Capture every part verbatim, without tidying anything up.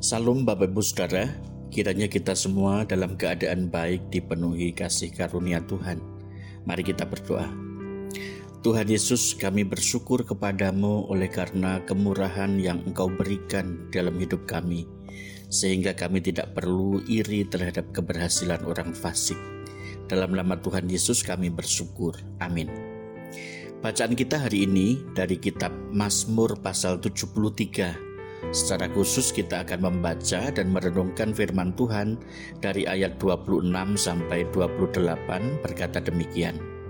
Salam Bapak Ibu Saudara, kiranya kita semua dalam keadaan baik dipenuhi kasih karunia Tuhan. Mari kita berdoa. Tuhan Yesus, kami bersyukur kepadamu oleh karena kemurahan yang Engkau berikan dalam hidup kami, sehingga kami tidak perlu iri terhadap keberhasilan orang fasik. Dalam nama Tuhan Yesus kami bersyukur. Amin. Bacaan kita hari ini dari kitab Mazmur pasal tujuh puluh tiga. Secara khusus kita akan membaca dan merenungkan firman Tuhan dari ayat dua puluh enam sampai dua puluh delapan, berkata demikian.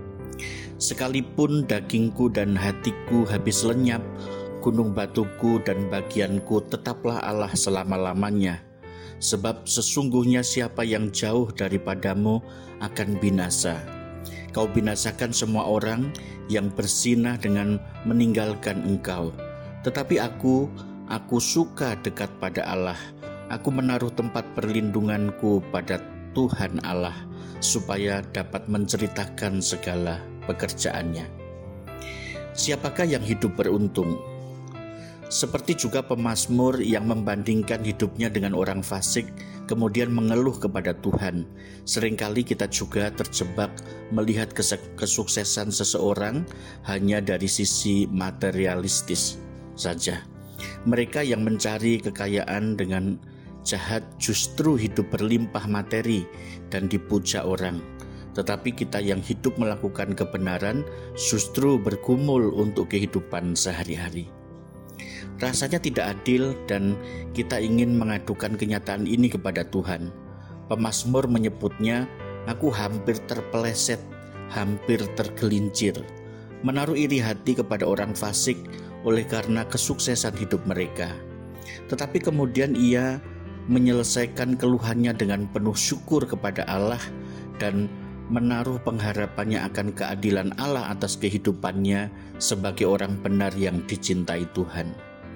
Sekalipun dagingku dan hatiku habis lenyap, gunung batuku dan bagianku tetaplah Allah selama-lamanya. Sebab sesungguhnya siapa yang jauh daripadamu akan binasa. Kau binasakan semua orang yang berzinah dengan meninggalkan engkau. Tetapi aku Aku suka dekat pada Allah. Aku menaruh tempat perlindunganku pada Tuhan Allah, supaya dapat menceritakan segala pekerjaannya. Siapakah yang hidup beruntung? Seperti juga pemazmur yang membandingkan hidupnya dengan orang fasik, kemudian mengeluh kepada Tuhan. Seringkali kita juga terjebak melihat kesuksesan seseorang hanya dari sisi materialistis saja. Mereka yang mencari kekayaan dengan jahat justru hidup berlimpah materi dan dipuja orang. Tetapi kita yang hidup melakukan kebenaran justru bergumul untuk kehidupan sehari-hari. Rasanya tidak adil dan kita ingin mengadukan kenyataan ini kepada Tuhan. Pemazmur menyebutnya, aku hampir terpeleset, hampir tergelincir, menaruh iri hati kepada orang fasik oleh karena kesuksesan hidup mereka. Tetapi kemudian ia menyelesaikan keluhannya dengan penuh syukur kepada Allah dan menaruh pengharapannya akan keadilan Allah atas kehidupannya sebagai orang benar yang dicintai Tuhan.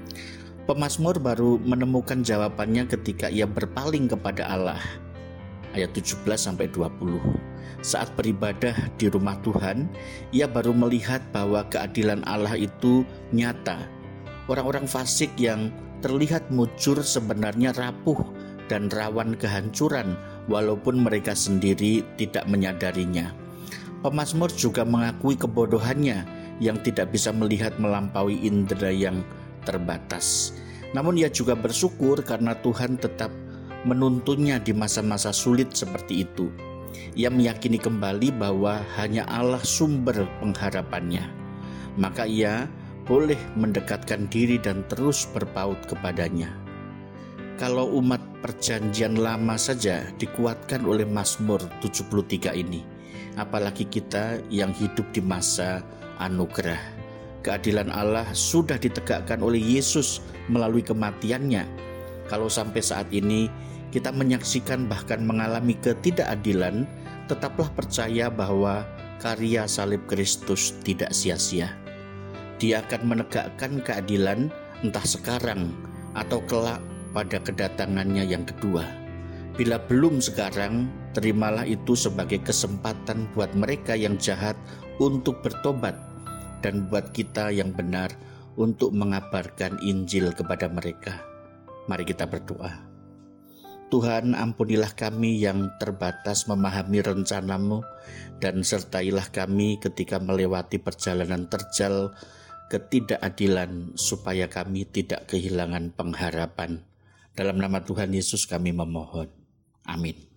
Pemazmur baru menemukan jawabannya ketika ia berpaling kepada Allah. Ayat tujuh belas sampai dua puluh. Saat beribadah di rumah Tuhan, ia baru melihat bahwa keadilan Allah itu nyata. Orang-orang fasik yang terlihat mujur sebenarnya rapuh dan rawan kehancuran, walaupun mereka sendiri tidak menyadarinya. Pemazmur juga mengakui kebodohannya yang tidak bisa melihat melampaui indera yang terbatas. Namun ia juga bersyukur karena Tuhan tetap menuntunnya di masa-masa sulit seperti itu. Ia meyakini kembali bahwa hanya Allah sumber pengharapannya. Maka ia boleh mendekatkan diri dan terus berpaut kepadanya. Kalau umat perjanjian lama saja dikuatkan oleh Mazmur tujuh puluh tiga ini, apalagi kita yang hidup di masa anugerah. Keadilan Allah sudah ditegakkan oleh Yesus melalui kematiannya. Kalau sampai saat ini kita menyaksikan bahkan mengalami ketidakadilan, tetaplah percaya bahwa karya salib Kristus tidak sia-sia. Dia akan menegakkan keadilan entah sekarang atau kelak pada kedatangannya yang kedua. Bila belum sekarang, terimalah itu sebagai kesempatan buat mereka yang jahat untuk bertobat dan buat kita yang benar untuk mengabarkan Injil kepada mereka. Mari kita berdoa. Tuhan, ampunilah kami yang terbatas memahami rencana-Mu dan sertailah kami ketika melewati perjalanan terjal ketidakadilan supaya kami tidak kehilangan pengharapan. Dalam nama Tuhan Yesus kami memohon. Amin.